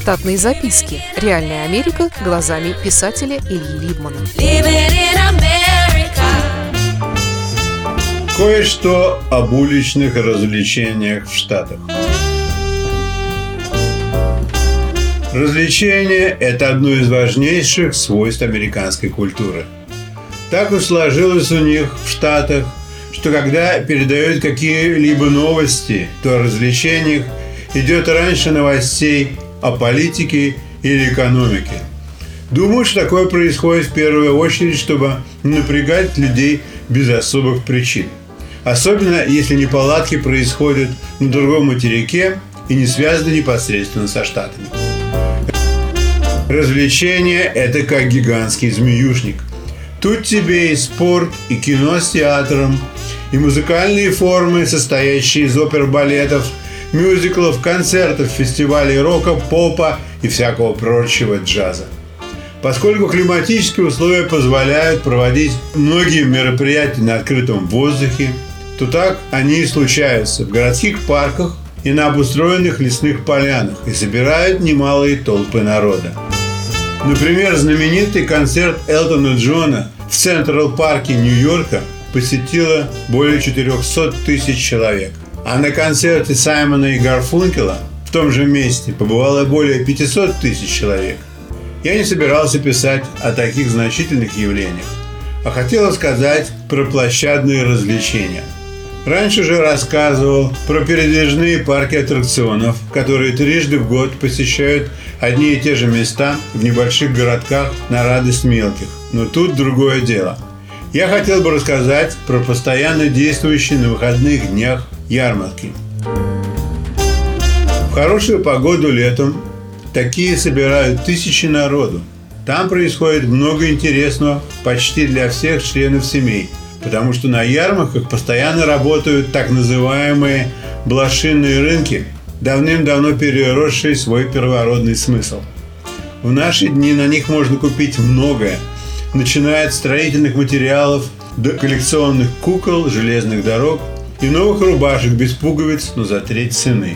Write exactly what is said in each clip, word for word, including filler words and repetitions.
Штатные записки. Реальная Америка глазами писателя Ильи Либмана. Кое-что об уличных развлечениях в Штатах. Развлечения – это одно из важнейших свойств американской культуры. Так уж сложилось у них в Штатах, что когда передают какие-либо новости, то о развлечениях идет раньше новостей о политике или экономике. Думаю, что такое происходит в первую очередь, чтобы не напрягать людей без особых причин. Особенно, если неполадки происходят на другом материке и не связаны непосредственно со Штатами. Развлечения – это как гигантский змеюшник. Тут тебе и спорт, и кино с театром, и музыкальные формы, состоящие из опер-балетов, мюзиклов, концертов, фестивалей рока, попа и всякого прочего джаза. Поскольку климатические условия позволяют проводить многие мероприятия на открытом воздухе, то так они и случаются в городских парках и на обустроенных лесных полянах и собирают немалые толпы народа. Например, знаменитый концерт Элтона Джона в Централ-парке Нью-Йорка посетило более четыреста тысяч человек. А на концерте Саймона и Гарфункела в том же месте побывало более пятьсот тысяч человек. Я не собирался писать о таких значительных явлениях, а хотел сказать про площадные развлечения. Раньше же рассказывал про передвижные парки аттракционов, которые трижды в год посещают одни и те же места в небольших городках на радость мелких. Но тут другое дело. Я хотел бы рассказать про постоянно действующие на выходных днях ярмарки. В хорошую погоду летом такие собирают тысячи народу. Там происходит много интересного почти для всех членов семей, потому что на ярмарках постоянно работают так называемые блошиные рынки, давным-давно переросшие свой первородный смысл. В наши дни на них можно купить многое, начиная от строительных материалов до коллекционных кукол, железных дорог и новых рубашек без пуговиц, но за треть цены.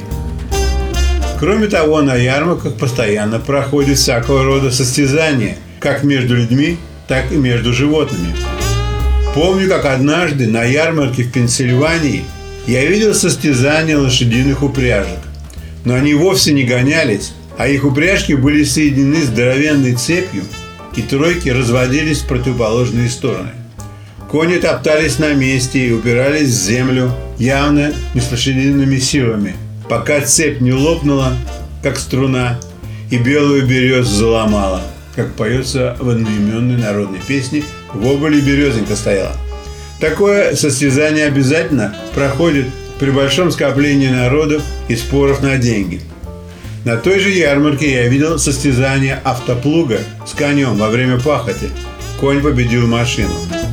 Кроме того, на ярмарках постоянно проходят всякого рода состязания, как между людьми, так и между животными. Помню, как однажды на ярмарке в Пенсильвании я видел состязания лошадиных упряжек. Но они вовсе не гонялись, а их упряжки были соединены здоровенной цепью, и тройки разводились в противоположные стороны. Кони топтались на месте и упирались в землю, явно не с лошадиными силами, пока цепь не лопнула, как струна, и белую березу заломала, как поется в одноименной народной песне «В оболи березонька стояла». Такое состязание обязательно проходит при большом скоплении народов и споров на деньги. На той же ярмарке я видел состязание автоплуга с конем во время пахоты. Конь победил машину.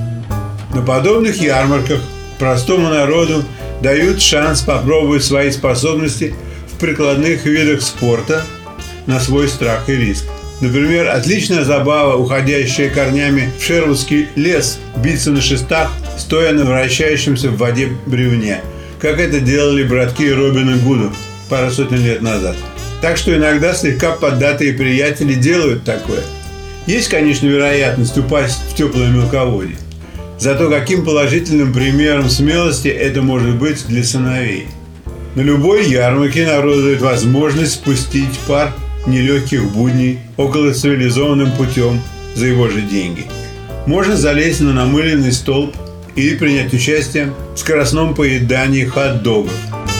На подобных ярмарках простому народу дают шанс попробовать свои способности в прикладных видах спорта на свой страх и риск. Например, отличная забава, уходящая корнями в Шервудский лес, биться на шестах, стоя на вращающемся в воде бревне, как это делали братки Робина Гуда пару сотен лет назад. Так что иногда слегка поддатые приятели делают такое. Есть, конечно, вероятность упасть в теплое мелководье. Зато каким положительным примером смелости это может быть для сыновей. На любой ярмарке народ дает возможность спустить пар нелегких будней около цивилизованным путем за его же деньги. Можно залезть на намыленный столб или принять участие в скоростном поедании хот-догов.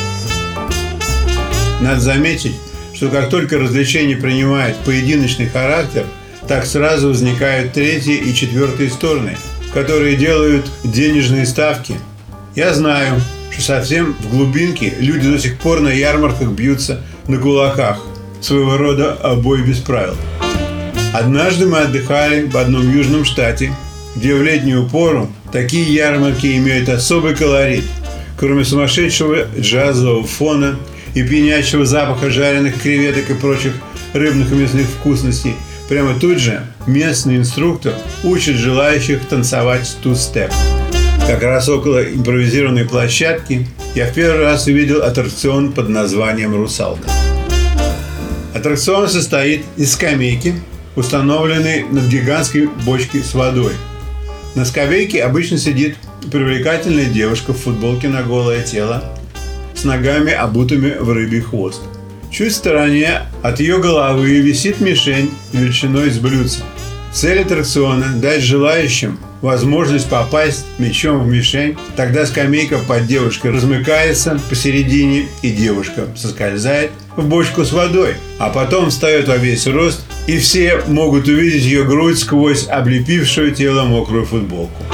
Надо заметить, что как только развлечение принимает поединочный характер, так сразу возникают третьи и четвертые стороны, которые делают денежные ставки. Я знаю, что совсем в глубинке люди до сих пор на ярмарках бьются на кулаках, своего рода бой без правил. Однажды мы отдыхали в одном южном штате, где в летнюю пору такие ярмарки имеют особый колорит. Кроме сумасшедшего джазового фона и пьянящего запаха жареных креветок и прочих рыбных и мясных вкусностей, прямо тут же местный инструктор учит желающих танцевать ту-степ. Как раз около импровизированной площадки я в первый раз увидел аттракцион под названием «Русалка». Аттракцион состоит из скамейки, установленной над гигантской бочкой с водой. На скамейке обычно сидит привлекательная девушка в футболке на голое тело, с ногами, обутыми в рыбий хвост. Чуть в стороне от ее головы висит мишень величиной с блюдца. Цель аттракциона – дать желающим возможность попасть мячом в мишень. Тогда скамейка под девушкой размыкается посередине, и девушка соскользает в бочку с водой, а потом встает во весь рост, и все могут увидеть ее грудь сквозь облепившую тело мокрую футболку.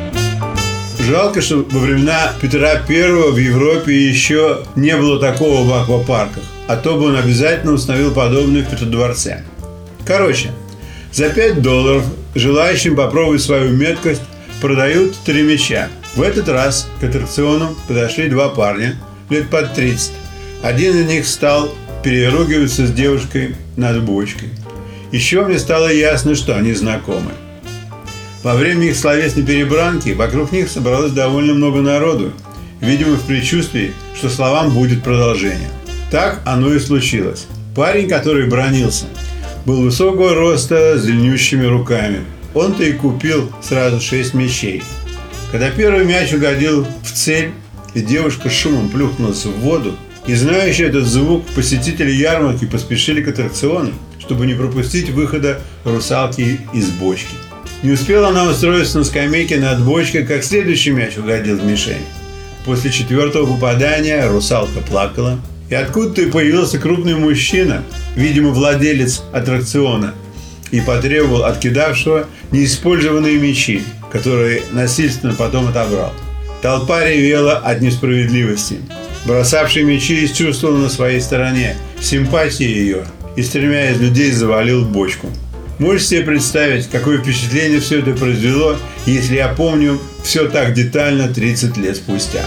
Жалко, что во времена Петра Первого в Европе еще не было такого в аквапарках, а то бы он обязательно установил подобное в Петродворце. Короче, за пять долларов желающим попробовать свою меткость продают три мяча. В этот раз к аттракциону подошли два парня лет под тридцать. Один из них стал переругиваться с девушкой над бочкой. Еще мне стало ясно, что они знакомы. Во время их словесной перебранки вокруг них собралось довольно много народу, видимо, в предчувствии, что словам будет продолжение. Так оно и случилось. Парень, который бранился, был высокого роста с длиннющими руками. Он-то и купил сразу шесть мячей. Когда первый мяч угодил в цель, и девушка шумом плюхнулась в воду, и знающие этот звук посетители ярмарки поспешили к аттракциону, чтобы не пропустить выхода русалки из бочки. Не успела она устроиться на скамейке над бочкой, как следующий мяч угодил в мишень. После четвертого попадания русалка плакала, и откуда-то появился крупный мужчина, видимо, владелец аттракциона, и потребовал от кидавшего неиспользованные мячи, которые насильственно потом отобрал. Толпа ревела от несправедливости. Бросавший мячи чувствовал на своей стороне симпатии ее и с тремя из людей завалил в бочку. Можете себе представить, какое впечатление все это произвело, если я помню все так детально тридцать лет спустя.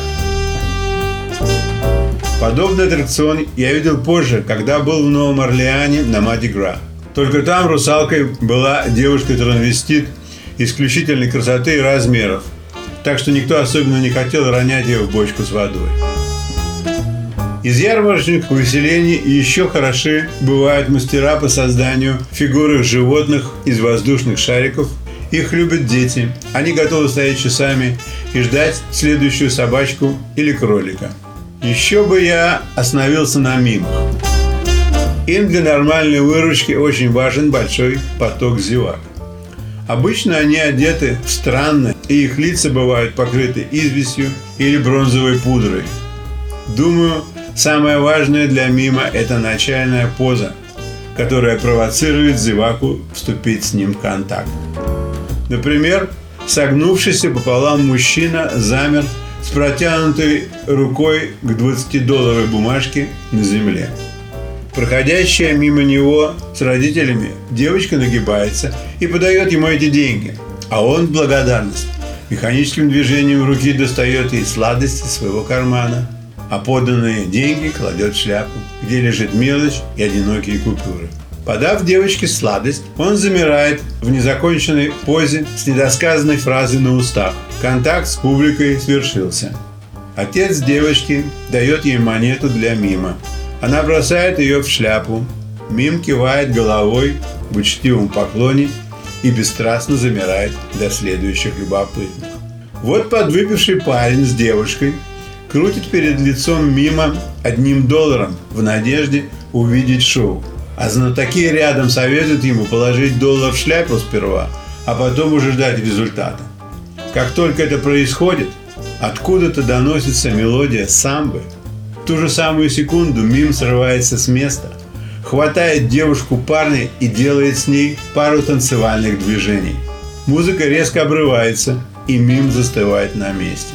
Подобный аттракцион я видел позже, когда был в Новом Орлеане на Марди Гра. Только там русалкой была девушка-трансвестит исключительной красоты и размеров, так что никто особенно не хотел ронять ее в бочку с водой. Из ярмарочных увеселений еще хороши бывают мастера по созданию фигурок животных из воздушных шариков. Их любят дети. Они готовы стоять часами и ждать следующую собачку или кролика. Еще бы я остановился на мимах. Им для нормальной выручки очень важен большой поток зевак. Обычно они одеты странно, и их лица бывают покрыты известью или бронзовой пудрой. Думаю, самое важное для мима – это начальная поза, которая провоцирует зеваку вступить с ним в контакт. Например, согнувшийся пополам мужчина замер с протянутой рукой к двадцатидолларовой бумажке на земле. Проходящая мимо него с родителями девочка нагибается и подает ему эти деньги, а он в благодарность механическим движением руки достает ей сладости из своего кармана, а поданные деньги кладет в шляпу, где лежит мелочь и одинокие купюры. Подав девочке сладость, он замирает в незаконченной позе с недосказанной фразой на устах. Контакт с публикой свершился. Отец девочки дает ей монету для мима. Она бросает ее в шляпу. Мим кивает головой в учтивом поклоне и бесстрастно замирает до следующих любопытных. Вот подвыпивший парень с девушкой крутит перед лицом мима одним долларом в надежде увидеть шоу. А знатоки рядом советуют ему положить доллар в шляпу сперва, а потом уже ждать результата. Как только это происходит, откуда-то доносится мелодия самбы. В ту же самую секунду мим срывается с места, хватает девушку парня и делает с ней пару танцевальных движений. Музыка резко обрывается, и мим застывает на месте.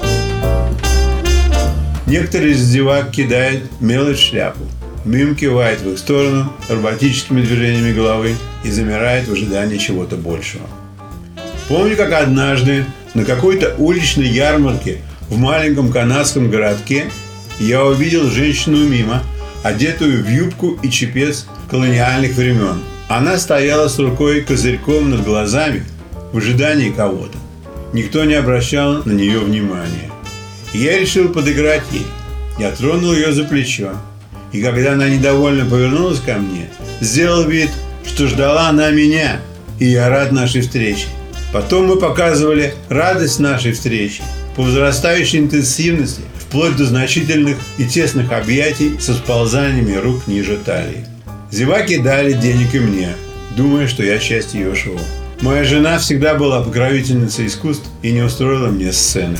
Некоторые из зевак кидают мелочь в шляпу. Мим кивает в их сторону акробатическими движениями головы и замирает в ожидании чего-то большего. Помню, как однажды на какой-то уличной ярмарке в маленьком канадском городке я увидел женщину мимо, одетую в юбку и чепец колониальных времен. Она стояла с рукой козырьком над глазами в ожидании кого-то. Никто не обращал на нее внимания. Я решил подыграть ей. Я тронул ее за плечо И когда она недовольно повернулась ко мне, сделал вид, что ждала она меня, и я рад нашей встрече. Потом мы показывали радость нашей встречи по возрастающей интенсивности, вплоть до значительных и тесных объятий со сползаниями рук ниже талии. Зеваки дали денег и мне, думая, что я часть ее шоу. Моя жена всегда была покровительницей искусств и не устроила мне сцены.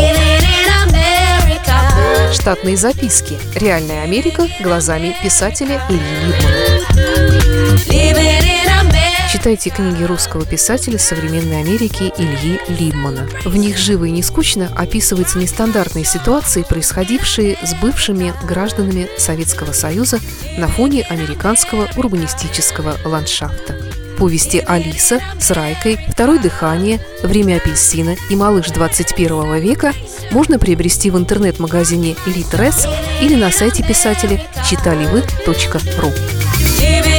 Штатные записки. Реальная Америка глазами писателя Ильи Либмана. Читайте книги русского писателя современной Америки Ильи Либмана. В них живо и не скучно описываются нестандартные ситуации, происходившие с бывшими гражданами Советского Союза на фоне американского урбанистического ландшафта. Повести «Алиса» с Райкой, «Второе дыхание», «Время апельсина» и «Малыш двадцать первого века» можно приобрести в интернет-магазине Литрес или на сайте писателя читаливы точка ру.